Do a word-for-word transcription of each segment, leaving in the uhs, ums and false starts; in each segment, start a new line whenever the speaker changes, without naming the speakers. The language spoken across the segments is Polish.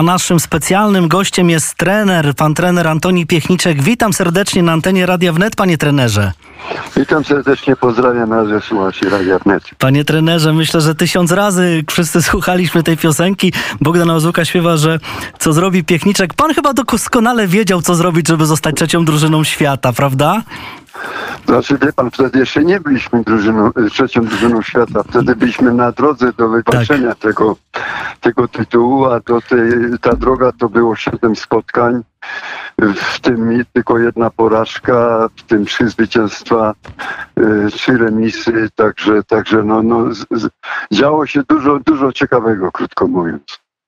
Naszym specjalnym gościem jest trener, pan trener Antoni Piechniczek. Witam serdecznie na antenie Radia Wnet, panie trenerze.
Witam serdecznie, pozdrawiam razem słuchaczy Radia Wnet.
Panie trenerze, myślę, że tysiąc razy wszyscy słuchaliśmy tej piosenki. Bogdan Łazuka śpiewa, że co zrobi Piechniczek. Pan chyba doskonale wiedział, co zrobić, żeby zostać trzecią drużyną świata, prawda?
Znaczy, wie pan, wtedy jeszcze nie byliśmy drużyną, trzecią drużyną świata. Wtedy byliśmy na drodze do wywalczenia tak. tego, tego tytułu, a do tej, ta droga to było siedem spotkań, w tym tylko jedna porażka, w tym trzy zwycięstwa, trzy remisy, także, także no, no, z, z, działo się dużo, dużo ciekawego, krótko mówiąc.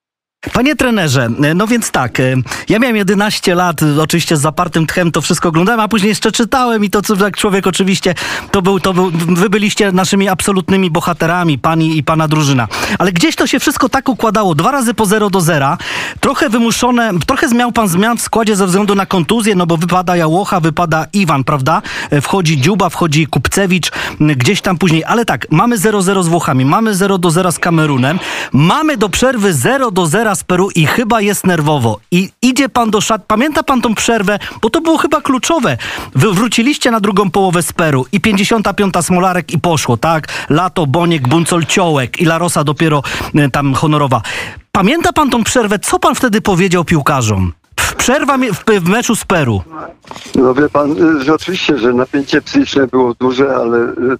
Panie trenerze, no więc tak, ja miałem jedenaście lat, oczywiście z zapartym tchem to wszystko oglądałem, a później jeszcze czytałem i to, co jak człowiek oczywiście, to był, to był, wy byliście naszymi absolutnymi bohaterami, pani i pana drużyna. Ale gdzieś to się wszystko tak układało, dwa razy po zero do zera, trochę wymuszone, trochę miał pan zmian w składzie ze względu na kontuzję, no bo wypada Jałocha, wypada Iwan, prawda? Wchodzi Dziuba, wchodzi Kupcewicz, gdzieś tam później, ale tak, mamy zero zero z Włochami, mamy zero do zera z Kamerunem, mamy do przerwy zero do zera z Peru i chyba jest nerwowo. I idzie pan do szat. Pamięta pan tą przerwę? Bo to było chyba kluczowe. Wy wróciliście na drugą połowę z Peru i pięćdziesiąta piąta Smolarek i poszło, tak? Lato, Boniek, Buncol, Ciołek i Larosa dopiero y, tam honorowa. Pamięta pan tą przerwę? Co pan wtedy powiedział piłkarzom? Przerwa w, w meczu z Peru.
No wie pan, że oczywiście, że napięcie psychiczne było duże, ale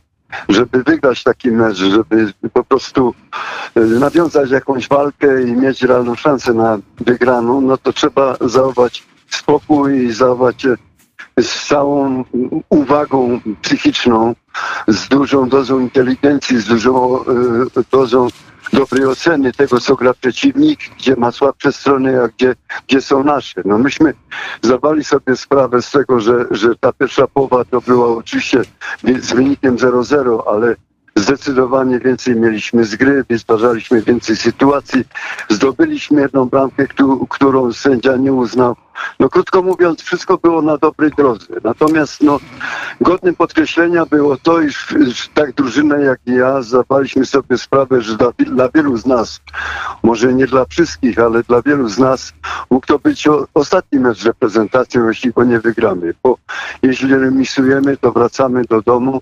żeby wygrać taki mecz, żeby po prostu nawiązać jakąś walkę i mieć realną szansę na wygraną, no to trzeba zachować spokój i zachować z całą uwagą psychiczną, z dużą dozą inteligencji, z dużą dozą dobrej oceny tego, co gra przeciwnik, gdzie ma słabsze strony, a gdzie, gdzie są nasze. No myśmy zdawali sobie sprawę z tego, że, że ta pierwsza połowa to była oczywiście z wynikiem zero zero, ale zdecydowanie więcej mieliśmy z gry, stwarzaliśmy więcej sytuacji, zdobyliśmy jedną bramkę, którą sędzia nie uznał. No krótko mówiąc, wszystko było na dobrej drodze. Natomiast no, godnym podkreślenia było to, iż, iż tak drużyna jak i ja zdawaliśmy sobie sprawę, że dla, dla wielu z nas, może nie dla wszystkich, ale dla wielu z nas mógł to być o, ostatni mecz z reprezentacją, jeśli go nie wygramy. Bo jeśli remisujemy, to wracamy do domu.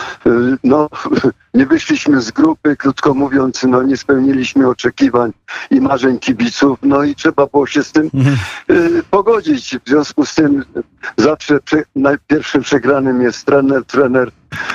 No, nie wyszliśmy z grupy, krótko mówiąc, no nie spełniliśmy oczekiwań i marzeń kibiców, no i trzeba było się z tym mhm. y, pogodzić. W związku z tym zawsze prze, najpierwszym przegranym jest trener. Trener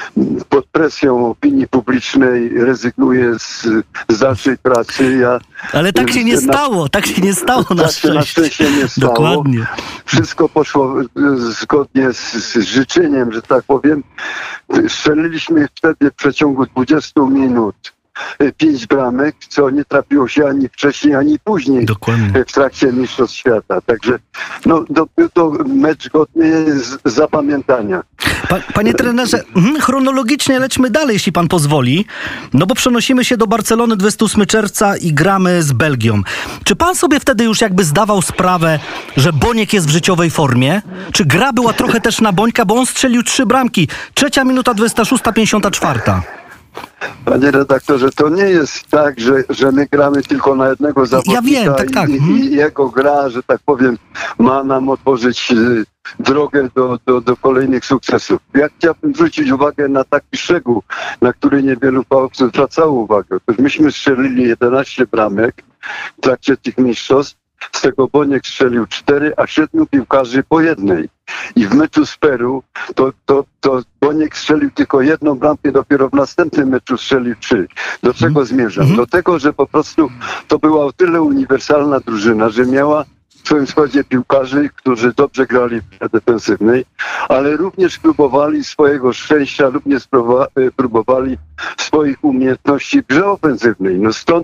pod presją opinii publicznej rezygnuje z, z dalszej pracy. Ja,
Ale tak się nie na, stało, tak się nie stało na
tak
szczęście.
Na szczęście nie stało.
Dokładnie.
Wszystko poszło zgodnie z, z życzeniem, że tak powiem. Strzeliliśmy wtedy w przeciągu dwudziestu minut pięć bramek, co nie trafiło się ani wcześniej, ani później. Dokładnie. W trakcie Mistrzostw Świata. Także no, to, to mecz godny z zapamiętania.
Pa, panie trenerze, chronologicznie lećmy dalej, jeśli pan pozwoli, no bo przenosimy się do Barcelony dwudziestego ósmego czerwca i gramy z Belgią. Czy pan sobie wtedy już jakby zdawał sprawę, że Boniek jest w życiowej formie? Czy gra była trochę też na Bońka, bo on strzelił trzy bramki? Trzecia minuta, dwudziesta szósta, pięćdziesiąta czwarta.
Panie redaktorze, to nie jest tak, że, że my gramy tylko na jednego zawodnika.
Ja wiem, tak, tak.
I,
Mhm.
i jego gra, że tak powiem, ma nam otworzyć y, drogę do, do, do kolejnych sukcesów. Ja chciałbym zwrócić uwagę na taki szczegół, na który niewielu fachowców zwracało uwagę. Otóż myśmy strzelili jedenaście bramek w trakcie tych mistrzostw, z tego Boniek strzelił cztery, a siedmiu piłkarzy po jednej. I w meczu z Peru to, to, to Boniek strzelił tylko jedną bramkę, dopiero w następnym meczu strzelił trzy. Do czego mm. zmierzam? Mm. Do tego, że po prostu to była o tyle uniwersalna drużyna, że miała w swoim składzie piłkarzy, którzy dobrze grali w grze defensywnej, ale również próbowali swojego szczęścia, również próbowali swoich umiejętności w grze ofensywnej. No stąd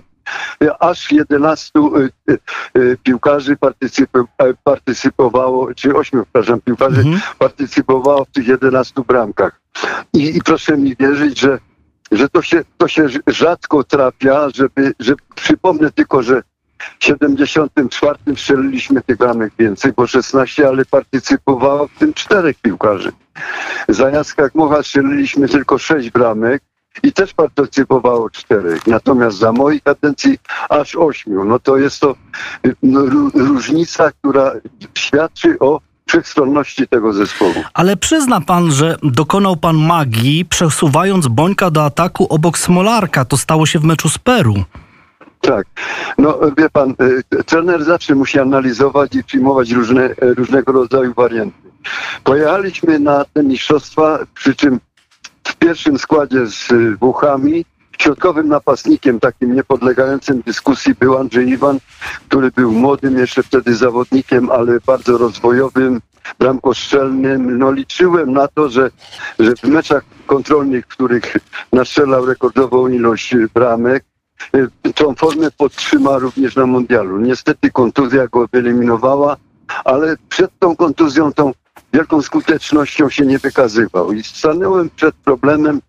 aż jedenastu y, y, y, piłkarzy partycyp- partycypowało, czy ośmiu, przepraszam, piłkarzy mhm. partycypowało w tych jedenastu bramkach. I, i proszę mi wierzyć, że, że to, się, to się rzadko trafia, żeby, że przypomnę tylko, że w siedemdziesiątym czwartym strzeliliśmy tych bramek więcej, bo szesnaście, ale partycypowało w tym czterech piłkarzy. Za Jacka Kmocha strzeliliśmy tylko sześć bramek i też partycypowało czterech. Natomiast za mojej kadencji aż ośmiu. No to jest to no, różnica, która świadczy o wszechstronności tego zespołu.
Ale przyzna pan, że dokonał pan magii, przesuwając Bońka do ataku obok Smolarka. To stało się w meczu z Peru.
Tak. No wie pan, trener zawsze musi analizować i przyjmować różne, różnego rodzaju warianty. Pojechaliśmy na te mistrzostwa, przy czym w pierwszym składzie z Włochami środkowym napastnikiem, takim niepodlegającym dyskusji, był Andrzej Iwan, który był młodym jeszcze wtedy zawodnikiem, ale bardzo rozwojowym, bramkostrzelnym. No liczyłem na to, że, że w meczach kontrolnych, w których nastrzelał rekordową ilość bramek, tą formę podtrzyma również na mundialu. Niestety kontuzja go wyeliminowała, ale przed tą kontuzją, tą wielką skutecznością się nie wykazywał. I stanąłem przed problemem,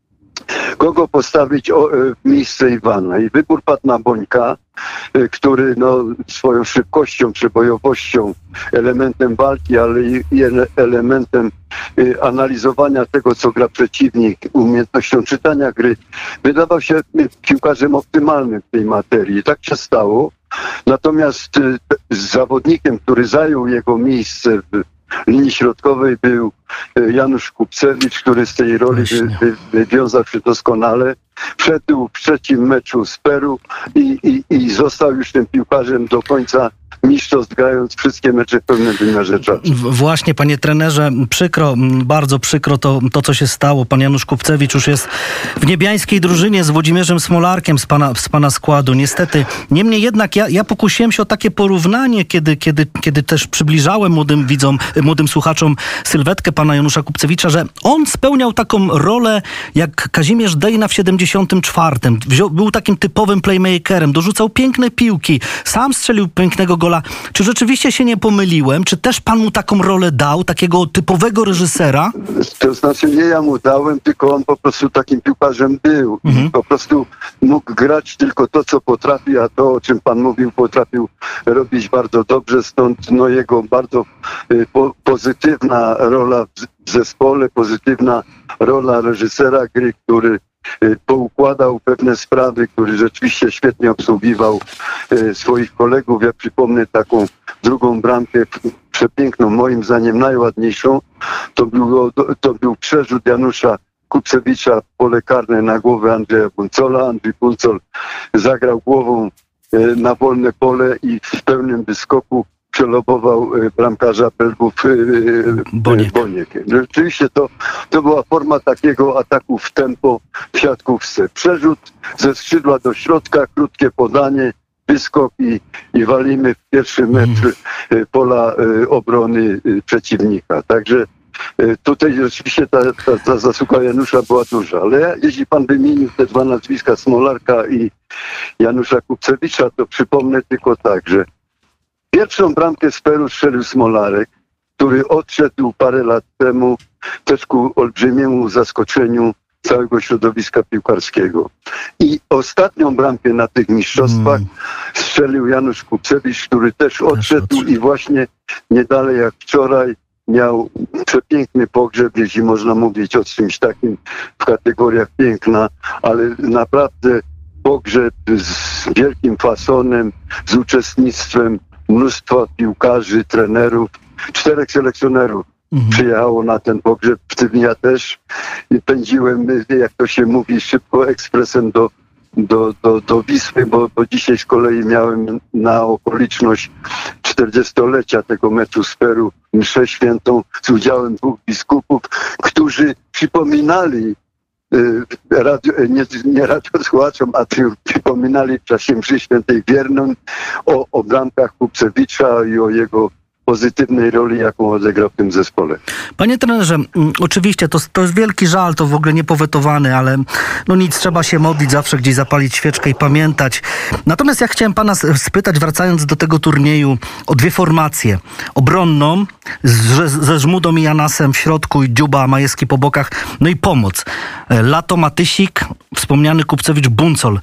kogo postawić o, w miejsce Iwana. I wybór padł na Bońka, który no, swoją szybkością, przebojowością, elementem walki, ale i elementem y, analizowania tego, co gra przeciwnik, umiejętnością czytania gry, wydawał się piłkarzem optymalnym w tej materii. I tak się stało. Natomiast y, z zawodnikiem, który zajął jego miejsce w linii środkowej, był Janusz Kupcewicz, który z tej roli wy, wy, wywiązał się doskonale. Wszedł w trzecim meczu z Peru i, i, i został już tym piłkarzem do końca mistrzostw, grając wszystkie mecze w pełnym wymiarze czasu.
Właśnie, panie trenerze, przykro, bardzo przykro to, to, co się stało. Pan Janusz Kupcewicz już jest w niebiańskiej drużynie z Włodzimierzem Smolarkiem z pana, z pana składu. Niestety. Niemniej jednak ja, ja pokusiłem się o takie porównanie, kiedy, kiedy, kiedy też przybliżałem młodym widzom, młodym słuchaczom sylwetkę pana Janusza Kupcewicza, że on spełniał taką rolę jak Kazimierz Dejna w siedemdziesiątym czwartym. Wziął, był takim typowym playmakerem, dorzucał piękne piłki, sam strzelił pięknego gola. Czy rzeczywiście się nie pomyliłem? Czy też pan mu taką rolę dał, takiego typowego reżysera?
To znaczy nie ja mu dałem, tylko on po prostu takim piłkarzem był. Mhm. Po prostu mógł grać tylko to, co potrafi, a to, o czym pan mówił, potrafił robić bardzo dobrze. Stąd no, jego bardzo y, po, pozytywna rola w zespole, pozytywna rola reżysera gry, który poukładał pewne sprawy, który rzeczywiście świetnie obsługiwał e, swoich kolegów. Ja przypomnę taką drugą bramkę, przepiękną, moim zdaniem najładniejszą. To, było, to, to był przerzut Janusza Kupcewicza w pole karne na głowę Andrzeja Buncola. Andrzej Buncol zagrał głową e, na wolne pole i w pełnym wyskoku przelobował bramkarza Belgów Boniek. Boniek. Rzeczywiście to, to była forma takiego ataku w tempo w siatkówce. Przerzut ze skrzydła do środka, krótkie podanie, wyskok i, i walimy w pierwszy metr pola obrony przeciwnika. Także tutaj rzeczywiście ta, ta, ta zasługa Janusza była duża. Ale jeśli pan wymienił te dwa nazwiska, Smolarka i Janusza Kupcewicza, to przypomnę tylko tak, że pierwszą bramkę z Peru strzelił Smolarek, który odszedł parę lat temu też ku olbrzymiemu zaskoczeniu całego środowiska piłkarskiego. I ostatnią bramkę na tych mistrzostwach mm. strzelił Janusz Kupcewicz, który też odszedł i właśnie nie dalej jak wczoraj miał przepiękny pogrzeb, jeśli można mówić o czymś takim w kategoriach piękna, ale naprawdę pogrzeb z wielkim fasonem, z uczestnictwem mnóstwa piłkarzy, trenerów, czterech selekcjonerów mhm. przyjechało na ten pogrzeb, w tym ja też. I pędziłem, jak to się mówi, szybko ekspresem do, do, do, do Wisły, bo, bo dzisiaj z kolei miałem na okoliczność czterdziestolecia tego meczu z Peru mszę świętą z udziałem dwóch biskupów, którzy przypominali Radio, nie, nie radiosłuchaczom, a przypominali w czasie mszy świętej wierną o, o bramkach Kupcewicza i o jego pozytywnej roli, jaką odegrał w tym zespole.
Panie trenerze, oczywiście to, to jest wielki żal, to w ogóle niepowetowany, ale no nic, trzeba się modlić, zawsze gdzieś zapalić świeczkę i pamiętać. Natomiast ja chciałem pana spytać, wracając do tego turnieju, o dwie formacje. Obronną, z, ze Żmudą i Janasem w środku i Dziuba, Majewski po bokach, no i pomoc. Lato, Matysik, wspomniany Kupcewicz, Buncol.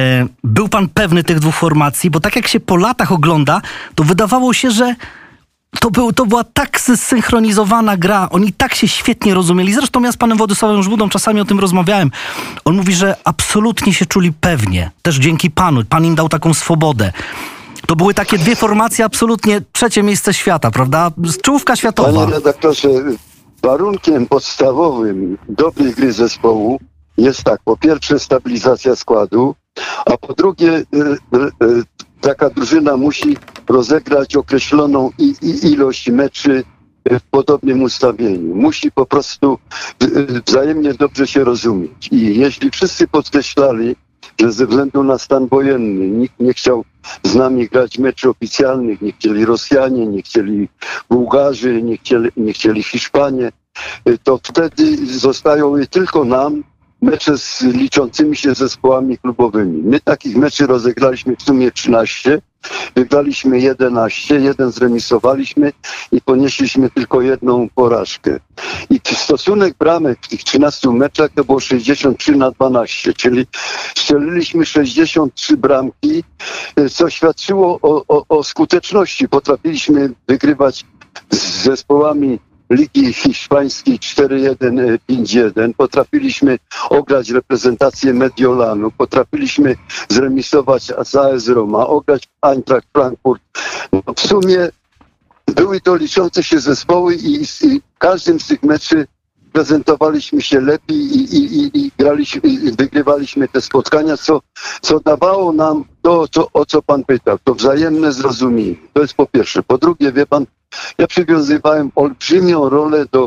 Był pan pewny tych dwóch formacji? Bo tak jak się po latach ogląda, to wydawało się, że To, był, to była tak zsynchronizowana gra. Oni tak się świetnie rozumieli. Zresztą ja z panem Władysławem Żbudą czasami o tym rozmawiałem. On mówi, że absolutnie się czuli pewnie. Też dzięki panu. Pan im dał taką swobodę. To były takie dwie formacje, absolutnie trzecie miejsce świata, prawda? Czołówka światowa.
Panie redaktorze, warunkiem podstawowym dobrej gry zespołu jest tak, po pierwsze stabilizacja składu, a po drugie y, y, y, taka drużyna musi rozegrać określoną i, i ilość meczy w podobnym ustawieniu. Musi po prostu wzajemnie dobrze się rozumieć. I jeśli wszyscy podkreślali, że ze względu na stan wojenny nikt nie chciał z nami grać meczy oficjalnych, nie chcieli Rosjanie, nie chcieli Bułgarzy, nie chcieli, nie chcieli Hiszpanie, to wtedy zostają tylko nam mecze z liczącymi się zespołami klubowymi. My takich meczy rozegraliśmy w sumie trzynaście, wygraliśmy jedenaście, jeden zremisowaliśmy i ponieśliśmy tylko jedną porażkę. I stosunek bramek w tych trzynastu meczach to było sześćdziesiąt trzy na dwanaście, czyli strzeliliśmy sześćdziesiąt trzy bramki, co świadczyło o, o, o skuteczności. Potrafiliśmy wygrywać z zespołami Ligi Hiszpańskiej cztery jeden, pięć jeden. Potrafiliśmy ograć reprezentację Mediolanu, potrafiliśmy zremisować z A S Roma, ograć Eintracht Frankfurt. No, w sumie były to liczące się zespoły i, i w każdym z tych meczy prezentowaliśmy się lepiej i, i, i, i graliśmy, i wygrywaliśmy te spotkania, co, co dawało nam to, co, o co pan pytał, to wzajemne zrozumienie. To jest po pierwsze. Po drugie, wie pan, ja przywiązywałem olbrzymią rolę do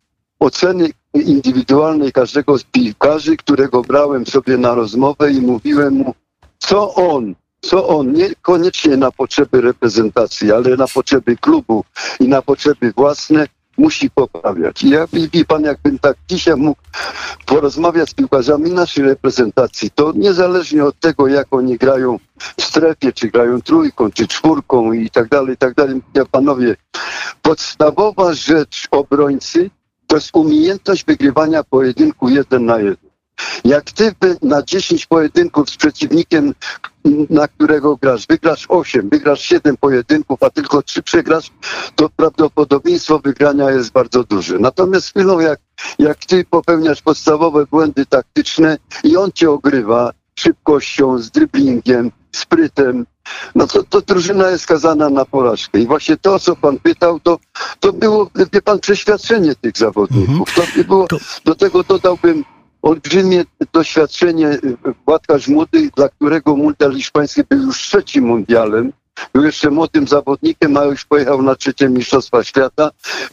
oceny indywidualnej każdego z piłkarzy, którego brałem sobie na rozmowę i mówiłem mu, co on, co on, niekoniecznie na potrzeby reprezentacji, ale na potrzeby klubu i na potrzeby własne, musi poprawiać. I ja, wie pan, jakbym tak dzisiaj mógł porozmawiać z piłkarzami naszej reprezentacji, to niezależnie od tego, jak oni grają w strefie, czy grają trójką, czy czwórką i tak dalej, i tak dalej. Ja, panowie, podstawowa rzecz obrońcy to jest umiejętność wygrywania pojedynku jeden na jeden. Jak ty na dziesięć pojedynków z przeciwnikiem, na którego grasz, wygrasz osiem, wygrasz siedem pojedynków, a tylko trzy przegrasz, to prawdopodobieństwo wygrania jest bardzo duże. Natomiast chwilą, jak, jak ty popełniasz podstawowe błędy taktyczne i on cię ogrywa szybkością, z driblingiem, sprytem, no to, to drużyna jest skazana na porażkę. I właśnie to, co pan pytał, to, to było, wie pan, przeświadczenie tych zawodników. To było, do tego dodałbym olbrzymie doświadczenie Władka Żmudy, dla którego mundial hiszpański był już trzecim mundialem. Był jeszcze młodym zawodnikiem, a już pojechał na trzecie Mistrzostwa Świata.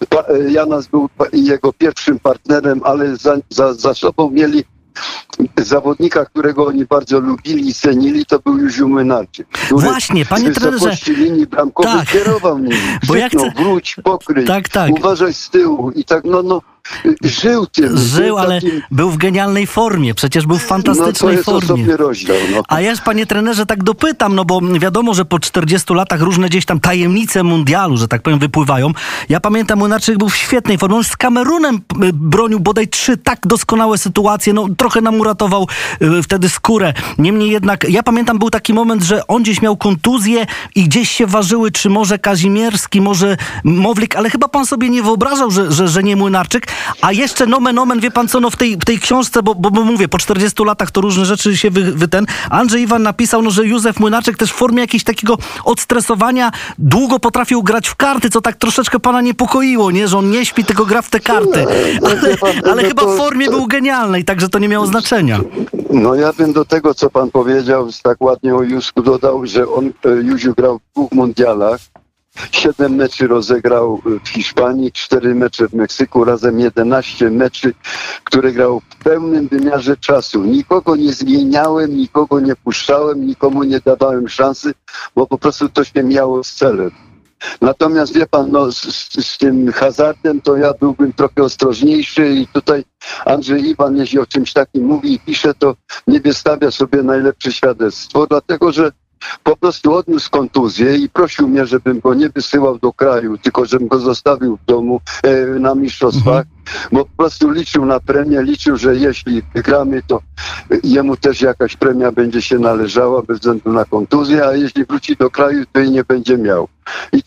Janas był jego pierwszym partnerem, ale za, za, za sobą mieli zawodnika, którego oni bardzo lubili i cenili, to był Józiu Młynarczyk.
Właśnie, panie trenerze.
Z linii bramkowej tak. kierował nimi.
Bo ja chcę...
Wróć, pokryj,
tak, tak.
uważaj z tyłu i tak, no, no, żył tym.
Żył, ale
takim...
był w genialnej formie, przecież był w fantastycznej
no, to jest
formie.
Sobie rozdział, no.
A ja, panie trenerze, tak dopytam, no bo wiadomo, że po czterdziestu latach różne gdzieś tam tajemnice mundialu, że tak powiem, wypływają. Ja pamiętam, Młynarczyk był w świetnej formie. On z Kamerunem bronił bodaj trzy tak doskonałe sytuacje, no trochę nam uratował y, wtedy skórę. Niemniej jednak, ja pamiętam, był taki moment, że on gdzieś miał kontuzję i gdzieś się ważyły, czy może Kazimierski, może Mowlik, ale chyba pan sobie nie wyobrażał, że, że, że nie Młynarczyk. A jeszcze nomen omen, wie pan co, no w tej, w tej książce, bo, bo, bo mówię, po czterdziestu latach to różne rzeczy się wy, wy ten. Andrzej Iwan napisał, no, że Józef Młynarczyk też w formie jakiegoś takiego odstresowania długo potrafił grać w karty, co tak troszeczkę pana niepokoiło, nie? Że on nie śpi, tylko gra w te karty. Ale, ale chyba w formie był genialnej, także to nie miało znaczenia.
No ja bym do tego, co pan powiedział, tak ładnie o Józku dodał, że on, Józiu, grał w dwóch mundialach. Siedem meczy rozegrał w Hiszpanii, cztery mecze w Meksyku, razem jedenaście meczy, które grał w pełnym wymiarze czasu. Nikogo nie zmieniałem, nikogo nie puszczałem, nikomu nie dawałem szansy, bo po prostu to się miało z celem. Natomiast wie pan, no, z, z tym hazardem to ja byłbym trochę ostrożniejszy i tutaj Andrzej Iwan, jeśli o czymś takim mówi i pisze, to nie wystawia sobie najlepsze świadectwo, dlatego że po prostu odniósł kontuzję i prosił mnie, żebym go nie wysyłał do kraju, tylko żebym go zostawił w domu e, na mistrzostwach, bo po prostu liczył na premię, liczył, że jeśli wygramy, to jemu też jakaś premia będzie się należała bez względu na kontuzję, a jeśli wróci do kraju, to jej nie będzie miał. I ten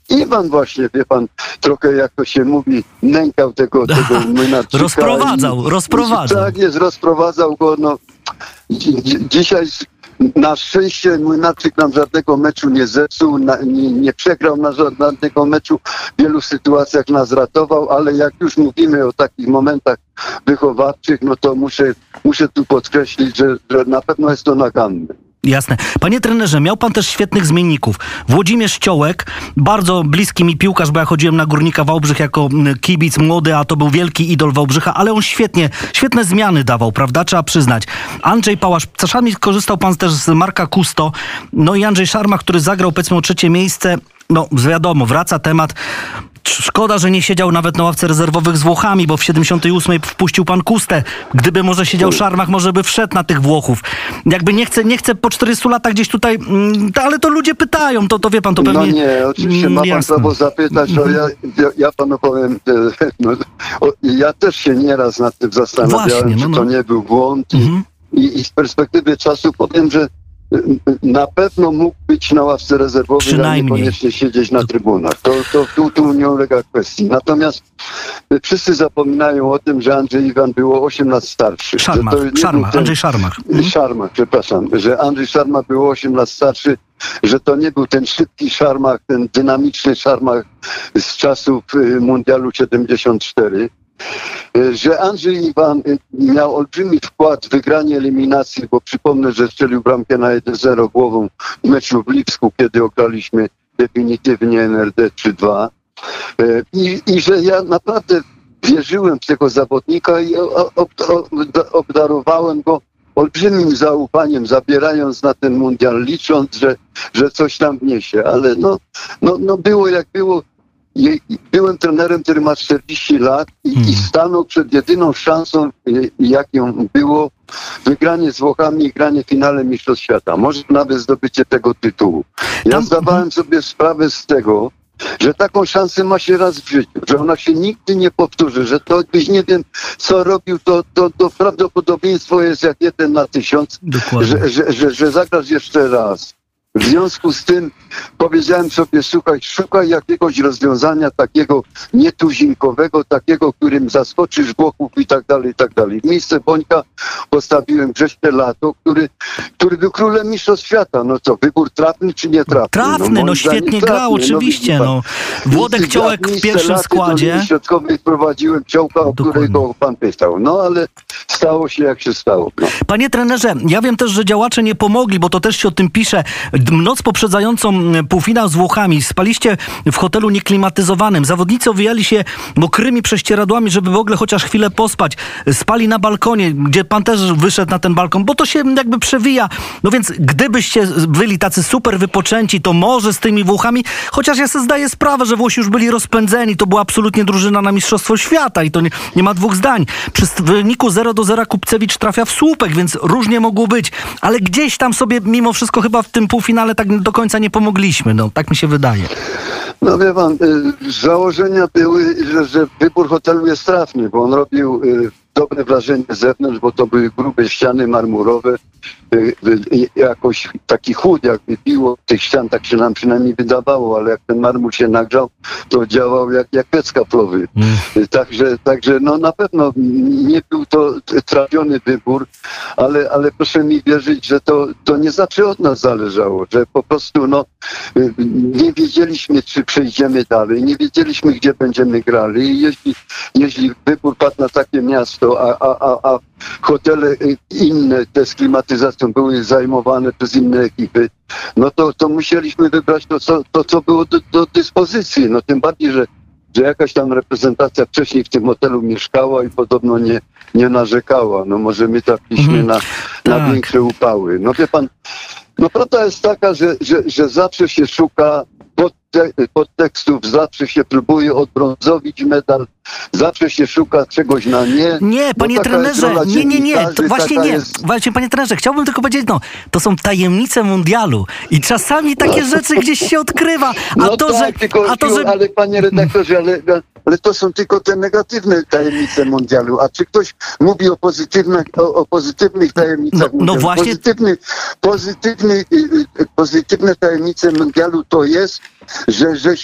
Iwan właśnie, wie pan, trochę jak to się mówi, nękał tego, tego Młynarczyka.
Rozprowadzał,
i,
rozprowadzał.
Tak jest, rozprowadzał go, no. Dzi- dzi- dzisiaj na szczęście Młynarczyk nam żadnego meczu nie zepsuł, na, nie, nie przegrał na żadnego meczu, w wielu sytuacjach nas ratował, ale jak już mówimy o takich momentach wychowawczych, no to muszę, muszę tu podkreślić, że, że na pewno jest to naganne.
Jasne. Panie trenerze, miał pan też świetnych zmienników. Włodzimierz Ciołek, bardzo bliski mi piłkarz, bo ja chodziłem na Górnika Wałbrzych jako kibic młody, a to był wielki idol Wałbrzycha, ale on świetnie, świetne zmiany dawał, prawda? Trzeba przyznać. Andrzej Pałasz, czasami korzystał pan też z Marka Kusto, no i Andrzej Szarmach, który zagrał powiedzmy o trzecie miejsce. No wiadomo, wraca temat. Szkoda, że nie siedział nawet na ławce rezerwowych z Włochami, bo w siedemdziesiątej ósmej wpuścił pan Kustę. Gdyby może siedział Szarmach, może by wszedł na tych Włochów. Jakby nie chcę, nie chcę po czterdziestu latach gdzieś tutaj, mm, ale to ludzie pytają, to, to wie pan, to pewnie...
No nie, oczywiście ma pan
jasne.
prawo zapytać, no ja, ja, ja panu powiem, e, no, o, ja też się nieraz nad tym zastanawiałem,
Właśnie, no,
czy
no.
to nie był błąd
Mhm.
i, i z perspektywy czasu powiem, że na pewno mógł być na ławce rezerwowej, a
Przynajmniej.
niekoniecznie siedzieć na trybunach. To, to tu, tu nie ulega kwestii. Natomiast wszyscy zapominają o tym, że Andrzej Iwan było osiem lat starszy.
Szarmach,
Że to nie
Szarmach,
był ten-
Andrzej Szarmach. Mhm.
Szarmach, przepraszam, że Andrzej Szarmach był osiem lat starszy, że to nie był ten szybki Szarmach, ten dynamiczny Szarmach z czasów y, Mundialu siedemdziesiąt cztery. Y, Że Andrzej Iwan y, miał olbrzymi wkład w wygranie eliminacji, bo przypomnę, że strzelił bramkę na jeden zero głową w meczu w Lipsku, kiedy ograliśmy definitywnie N R D trzy dwa. Y, I, I że ja naprawdę wierzyłem w tego zawodnika i o- o- obda- obdarowałem go olbrzymim zaufaniem, zabierając na ten mundial, licząc, że, że coś tam wniesie. Ale no, no, no było jak było. I- i Byłem trenerem, który ma czterdzieści lat i,
Hmm.
i stanął przed jedyną szansą, y, jaką było wygranie z Włochami i granie w finale Mistrzostw Świata. Może nawet zdobycie tego tytułu. Ja
Tam-
zdawałem sobie sprawę z tego, że taką szansę ma się raz w życiu, że ona się nigdy nie powtórzy, że to byś nie wiem co robił, to, to, to prawdopodobieństwo jest jak jeden na tysiąc,
Dokładnie.
że, że, że, że zagrasz jeszcze raz. W związku z tym powiedziałem sobie, słuchaj, szukaj jakiegoś rozwiązania takiego nietuzinkowego, takiego, którym zaskoczysz Włochów i tak dalej, i tak dalej. W miejsce Bońka postawiłem Grześkę Lato, który, który był królem Mistrzostw Świata. No co, wybór trafny czy nie trafny?
Trafny,
moim
no
zdaniem
świetnie
trafny.
grał, oczywiście.
widzi pan.
No. Włodek
I- i
Ciołek w
miejsce
pierwszym
Laty
składzie.
Do linii środkowej wprowadziłem Ciołka, o
Dokładnie.
którego pan pytał. No ale stało się jak się stało. No.
Panie trenerze, ja wiem też, że działacze nie pomogli, bo to też się o tym pisze. Noc poprzedzającą półfinał z Włochami spaliście w hotelu nieklimatyzowanym. Zawodnicy owijali się mokrymi prześcieradłami, żeby w ogóle chociaż chwilę pospać. Spali na balkonie, gdzie pan też wyszedł na ten balkon, bo to się jakby przewija. No więc gdybyście byli tacy super wypoczęci, to może z tymi Włochami, chociaż ja sobie zdaję sprawę, że Włosi już byli rozpędzeni, to była absolutnie drużyna na Mistrzostwo Świata i to nie, nie ma dwóch zdań. Przy wyniku zero do zera Kupcewicz trafia w słupek, więc różnie mogło być. Ale gdzieś tam sobie mimo wszystko chyba w tym półfinale tak do końca nie pomogliśmy. No, tak mi się wydaje.
No wie pan, y, założenia były, że, że wybór hotelu jest trafny, bo on robił y, dobre wrażenie z zewnątrz, bo to były grube ściany marmurowe, y, y, jakoś taki chłód jakby biło tych ścian, tak się nam przynajmniej wydawało, ale jak ten marmur się nagrzał, to działał jak, jak piec kaflowy.
Mm.
Y, Także, także no na pewno nie był to trafiony wybór, ale, ale proszę mi wierzyć, że to, to nie zawsze od nas zależało, że po prostu no, y, nie wiedzieliśmy, czy przejdziemy dalej, nie wiedzieliśmy, gdzie będziemy grali i jeśli, jeśli wybór padł na takie miasto, a, a, a, a hotele y, inne, te z klimatyzacją były zajmowane przez inne ekipy, no to, to musieliśmy wybrać to, co, to, co było do, do dyspozycji. No tym bardziej, że, że jakaś tam reprezentacja wcześniej w tym hotelu mieszkała i podobno nie, nie narzekała. No może my trafiliśmy
Mhm.
na, na
Tak.
większe upały. No wie pan, no prawda jest taka, że, że, że zawsze się szuka podte, podtekstów, zawsze się próbuje odbrązowić medal, zawsze się szuka czegoś na nie.
Nie,
No
panie
taka jest
trenerze,
rola
nie, nie, nie, to
dziennikarzy,
właśnie
taka
nie.
jest-
Właśnie, panie trenerze, chciałbym tylko powiedzieć, no, to są tajemnice mundialu i czasami takie rzeczy gdzieś się odkrywa, a
No
to,
tak,
że...
tylko,
A to, że...
ale panie redaktorze, ale, ale to są tylko te negatywne tajemnice mundialu. A czy ktoś mówi o pozytywnych, o, o pozytywnych tajemnicach
No- no
mundialu?
właśnie-
Pozytywny, pozytywny, y, y, pozytywne tajemnice mundialu to jest, że żeśmy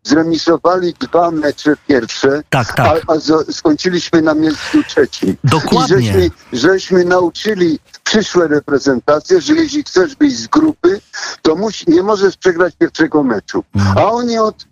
zremisowali dwa mecze pierwsze,
Tak, tak.
a, a z, skończyliśmy na miejscu trzecim.
Dokładnie.
I żeśmy, żeśmy nauczyli przyszłe reprezentacje, że jeśli chcesz być z grupy, to musi, nie możesz przegrać pierwszego meczu.
Mhm.
A oni od,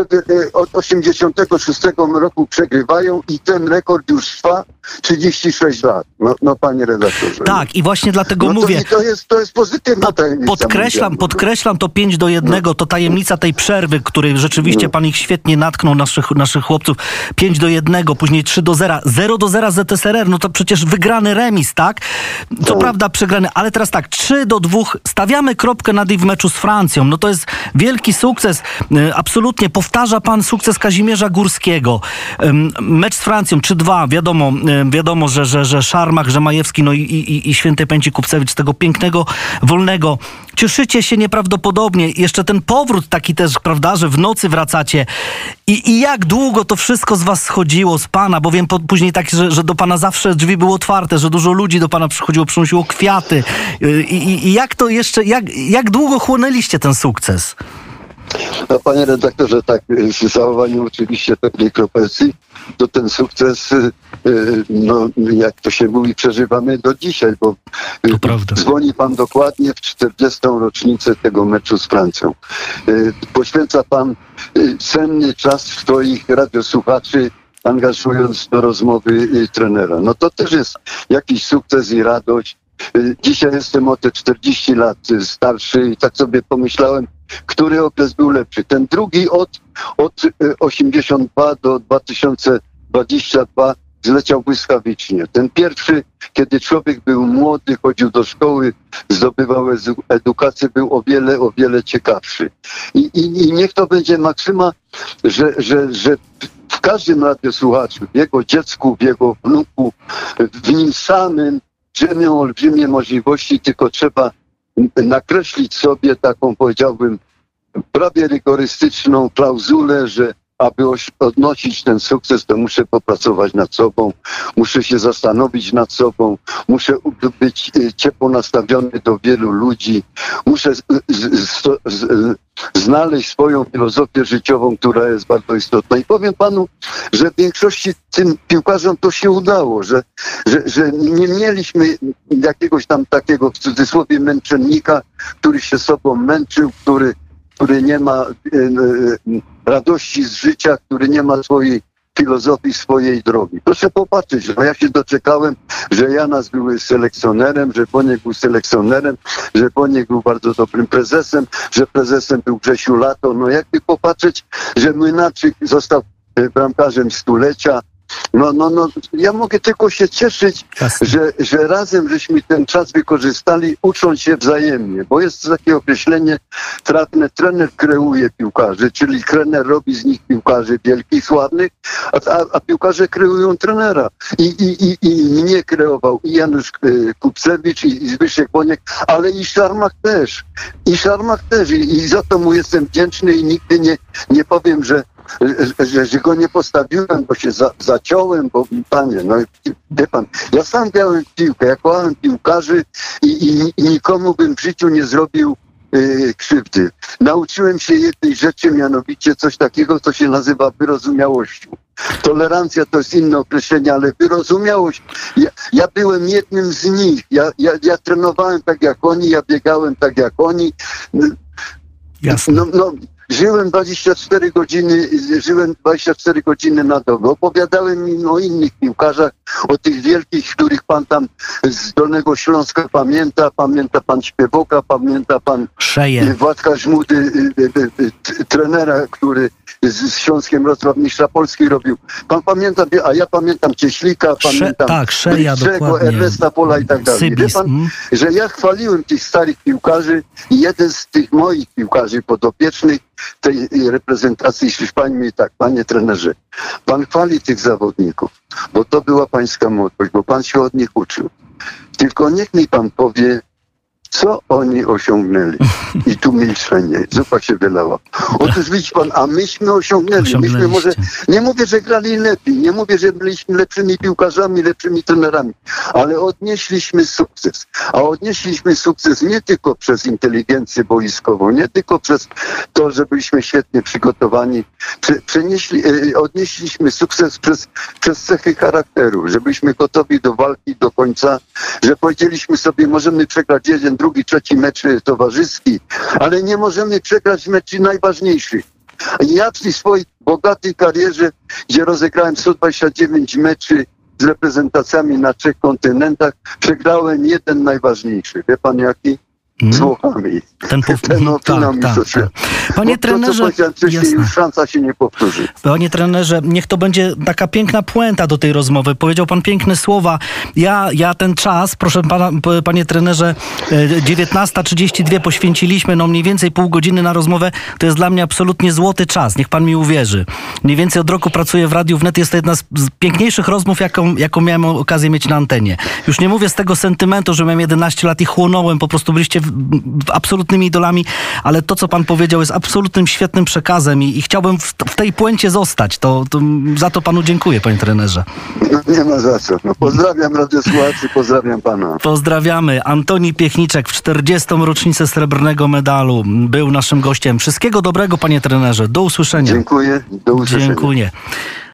od osiemdziesiątego szóstego roku przegrywają i ten rekord już trwa trzydzieści sześć lat. No, no panie redaktorze.
Tak, i właśnie dlatego
no to,
mówię.
To jest, to jest pozytywna tajemnica.
Podkreślam,
mówię.
podkreślam to pięć do jednego, to tajemnica tej przerwy, której rzeczywiście pan ich świetnie natknął, naszych, naszych chłopców. pięć do jednego, później trzy do zera, zero do zera Z S R R, no to przecież wygrany remis, tak? Co
No.
prawda przegrany, ale teraz tak, trzy do dwóch, stawiamy kropkę nad i w meczu z Francją. No to jest wielki sukces. Y, Absolutnie powtarza pan sukces Kazimierza Górskiego. Ym, Mecz z Francją trzy dwa, wiadomo, y, wiadomo, że, że, że Szarmach, że Majewski, no i, i, i świętej pamięci Kupcewicz z tego pięknego, wolnego. Cieszycie się nieprawdopodobnie. Jeszcze ten powrót taki też, prawda, że w nocy wracacie. I, i jak długo to wszystko z was schodziło, z pana, bo wiem po, później tak, że, że do pana zawsze drzwi były otwarte, że dużo ludzi do pana przychodziło, przynosiło kwiaty. I, i, i jak to jeszcze, jak, jak długo chłonęliście ten sukces?
No, panie redaktorze, tak, z zachowaniem oczywiście pewnej kropelcji, to ten sukces, no jak to się mówi, przeżywamy do dzisiaj, bo
To prawda.
dzwoni pan dokładnie w czterdziestą rocznicę tego meczu z Francją. Poświęca pan cenny czas swoich radiosłuchaczy, angażując do rozmowy trenera. No to też jest jakiś sukces i radość. Dzisiaj jestem o te czterdzieści lat starszy i tak sobie pomyślałem, który okres był lepszy. Ten drugi od, od osiemdziesiąt dwa do dwa tysiące dwadzieścia dwa zleciał błyskawicznie. Ten pierwszy, kiedy człowiek był młody, chodził do szkoły, zdobywał edukację, był o wiele, o wiele ciekawszy. I, i, i niech to będzie maksyma, że, że, że w każdym radiosłuchaczu, w jego dziecku, w jego wnuku, w nim samym drzemią olbrzymie możliwości, tylko trzeba nakreślić sobie taką, powiedziałbym, prawie rygorystyczną klauzulę, że aby odnosić ten sukces, to muszę popracować nad sobą, muszę się zastanowić nad sobą, muszę być ciepło nastawiony do wielu ludzi, muszę z, z, z, znaleźć swoją filozofię życiową, która jest bardzo istotna. I powiem panu, że w większości tym piłkarzom to się udało, że, że, że nie mieliśmy jakiegoś tam takiego, w cudzysłowie, męczennika, który się sobą męczył, który który nie ma e, e, radości z życia, który nie ma swojej filozofii, swojej drogi. Proszę popatrzeć, no ja się doczekałem, że Janas był selekcjonerem, że Boniek był selekcjonerem, że Boniek był bardzo dobrym prezesem, że prezesem był Grzesiu Lato. No jakby popatrzeć, że Młynarczyk został bramkarzem stulecia. No, no, no, ja mogę tylko się cieszyć, że, że razem żeśmy ten czas wykorzystali, ucząc się wzajemnie, bo jest takie określenie trafne, trener kreuje piłkarzy, czyli trener robi z nich piłkarzy wielkich, sławnych, a, a, a piłkarze kreują trenera. I, i, i, i mnie kreował i Janusz Kupcewicz, i, i Zbyszek Boniek, ale i Szarmach też. I Szarmach też. I, i za to mu jestem wdzięczny i nigdy nie, nie powiem, że Że, że go nie postawiłem, bo się za, zaciąłem, bo panie, no wie pan, ja sam grałem w piłkę, ja kochałem piłkarzy i, i, i nikomu bym w życiu nie zrobił y, krzywdy. Nauczyłem się jednej rzeczy, mianowicie coś takiego, co się nazywa wyrozumiałością. Tolerancja to jest inne określenie, ale wyrozumiałość. Ja, ja byłem jednym z nich. Ja, ja, ja trenowałem tak jak oni, ja biegałem tak jak oni.
Jasne.
No, no, Żyłem dwadzieścia cztery godziny, żyłem dwadzieścia cztery godziny na dobę. Opowiadałem im o innych piłkarzach, o tych wielkich, których pan tam z Dolnego Śląska pamięta. Pamięta pan Śpiewoka, pamięta pan
Szeje.
Władka Żmudy, trenera, który z Śląskiem Wrocław mistrza Polski robił. Pan pamięta, a ja pamiętam Cieślika, pamiętam
tak, Szeja,
Bryczego, Ernesta Pola i tak dalej.
Sybis,
Wie pan,
mm.
że ja chwaliłem tych starych piłkarzy i jeden z tych moich piłkarzy podopiecznych tej reprezentacji Hiszpanii mi tak, panie trenerze, pan chwali tych zawodników, bo to była pańska młodość, bo pan się od nich uczył. Tylko niech mi pan powie, Co oni osiągnęli? I tu milczenie, zupa się wylała. Otóż widzi pan, a myśmy osiągnęli. Myśmy może, nie mówię, że grali lepiej, nie mówię, że byliśmy lepszymi piłkarzami, lepszymi trenerami, ale odnieśliśmy sukces. A odnieśliśmy sukces nie tylko przez inteligencję boiskową, nie tylko przez to, że byliśmy świetnie przygotowani. Przenieśli, odnieśliśmy sukces przez, przez cechy charakteru, że byliśmy gotowi do walki do końca, że powiedzieliśmy sobie, możemy przegrać jeden, drugi, trzeci mecz towarzyski, ale nie możemy przegrać meczy najważniejszych. Ja w swojej bogatej karierze, gdzie rozegrałem sto dwadzieścia dziewięć meczy z reprezentacjami na trzech kontynentach, przegrałem jeden najważniejszy. Wie pan jaki? Z Włochami.
Ten, po...
Ten o
tak, tak, tak. Panie
to,
trenerze,
to, już szansa się nie powtórzy.
Panie trenerze, niech to będzie taka piękna puenta do tej rozmowy. Powiedział pan piękne słowa. Ja, ja ten czas, proszę pana, panie trenerze, dziewiętnasta trzydzieści dwa poświęciliśmy, no mniej więcej pół godziny na rozmowę. To jest dla mnie absolutnie złoty czas. Niech pan mi uwierzy. Mniej więcej od roku pracuję w Radiu Wnet. Jest to jedna z piękniejszych rozmów, jaką, jaką miałem okazję mieć na antenie. Już nie mówię z tego sentymentu, że miałem jedenaście lat i chłonąłem. Po prostu byliście absolutnymi idolami, ale to, co pan powiedział, jest absolutnym świetnym przekazem i, i chciałbym w, w tej puencie zostać. To, to za to panu dziękuję, panie trenerze.
No, nie ma za co. No, pozdrawiam radiosłuchaczy, pozdrawiam pana.
Pozdrawiamy. Antoni Piechniczek w czterdziestą rocznicę srebrnego medalu był naszym gościem. Wszystkiego dobrego, panie trenerze. Do usłyszenia.
Dziękuję. Do usłyszenia.
Dziękuję.